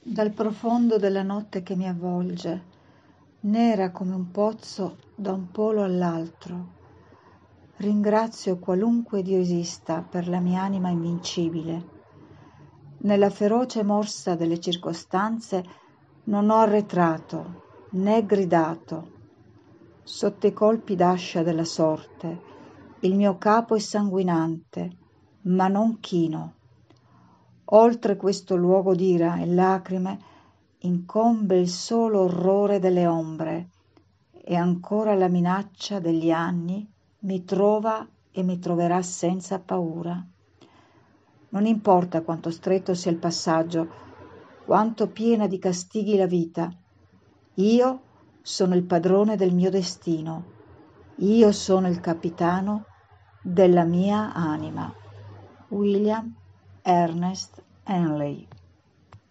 Dal profondo della notte che mi avvolge, nera come un pozzo da un polo all'altro, ringrazio qualunque Dio esista per la mia anima invincibile. Nella feroce morsa delle circostanze non ho arretrato né gridato. Sotto i colpi d'ascia della sorte il mio capo è sanguinante, ma non chino. Oltre questo luogo d'ira e lacrime incombe il solo orrore delle ombre, e ancora la minaccia degli anni mi trova e mi troverà senza paura. Non importa quanto stretto sia il passaggio, quanto piena di castighi la vita, io sono il padrone del mio destino, io sono il capitano della mia anima. William Ernest Henley.